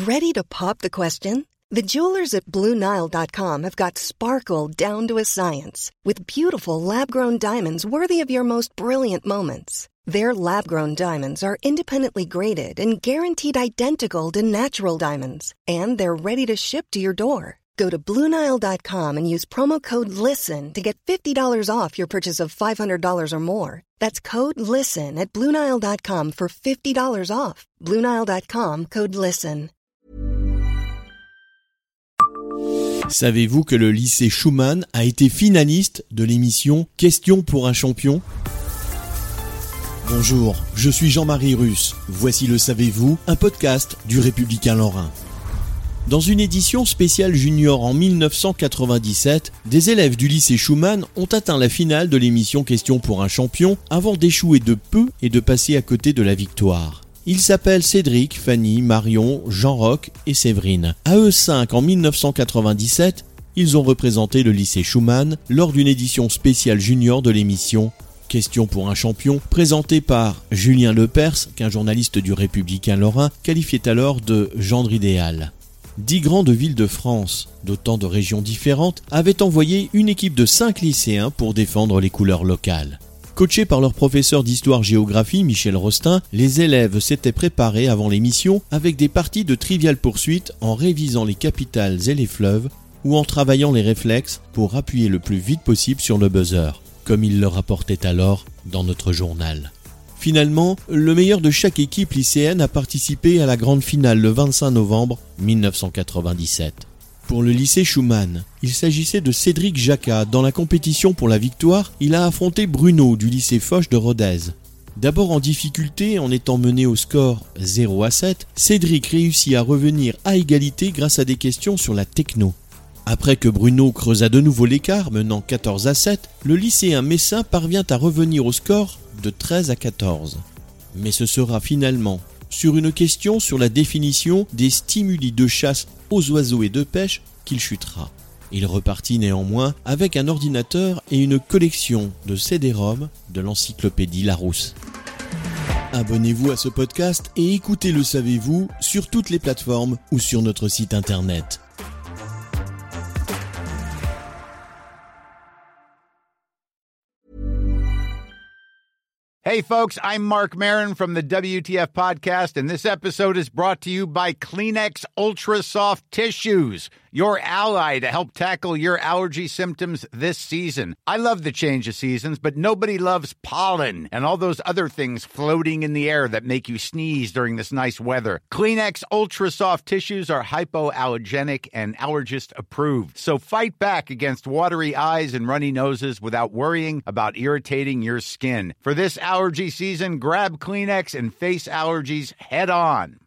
Ready to pop the question? The jewelers at BlueNile.com have got sparkle down to a science with beautiful lab-grown diamonds worthy of your most brilliant moments. Their lab-grown diamonds are independently graded and guaranteed identical to natural diamonds, and they're ready to ship to your door. Go to BlueNile.com and use promo code LISTEN to get $50 off your purchase of $500 or more. That's code LISTEN at BlueNile.com for $50 off. BlueNile.com, code LISTEN. Savez-vous que le lycée Schumann a été finaliste de l'émission Questions pour un champion ? Bonjour, je suis Jean-Marie Russe. Voici le Savez-vous, un podcast du Républicain Lorrain. Dans une édition spéciale junior en 1997, des élèves du lycée Schumann ont atteint la finale de l'émission Questions pour un champion avant d'échouer de peu et de passer à côté de la victoire. Ils s'appellent Cédric, Fanny, Marion, Jean-Roch et Séverine. À eux 5 en 1997, ils ont représenté le lycée Schumann lors d'une édition spéciale junior de l'émission Questions pour un champion, présentée par Julien Lepers, qu'un journaliste du Républicain Lorrain qualifiait alors de gendre idéal. 10 grandes villes de France, d'autant de régions différentes, avaient envoyé une équipe de 5 lycéens pour défendre les couleurs locales. Coachés par leur professeur d'histoire-géographie, Michel Rostin, les élèves s'étaient préparés avant l'émission avec des parties de Trivial Poursuite en révisant les capitales et les fleuves ou en travaillant les réflexes pour appuyer le plus vite possible sur le buzzer, comme il le rapportait alors dans notre journal. Finalement, le meilleur de chaque équipe lycéenne a participé à la grande finale le 25 novembre 1997. Pour le lycée Schumann, il s'agissait de Cédric Jacquat. Dans la compétition pour la victoire, il a affronté Bruno du lycée Foch de Rodez. D'abord en difficulté, en étant mené au score 0-7, Cédric réussit à revenir à égalité grâce à des questions sur la techno. Après que Bruno creusa de nouveau l'écart, menant 14-7, le lycéen messin parvient à revenir au score de 13-14. Mais ce sera finalement sur une question sur la définition des stimuli de chasse aux oiseaux et de pêche qu'il chutera. Il repartit néanmoins avec un ordinateur et une collection de CD-ROM de l'encyclopédie Larousse. Abonnez-vous à ce podcast et écoutez Le Savez-vous sur toutes les plateformes ou sur notre site internet. Hey, folks, I'm Mark Maron from the WTF Podcast, and this episode is brought to you by Kleenex Ultra Soft Tissues, your ally to help tackle your allergy symptoms this season. I love the change of seasons, but nobody loves pollen and all those other things floating in the air that make you sneeze during this nice weather. Kleenex Ultra Soft Tissues are hypoallergenic and allergist approved, so fight back against watery eyes and runny noses without worrying about irritating your skin. For this allergy season, grab Kleenex and face allergies head on.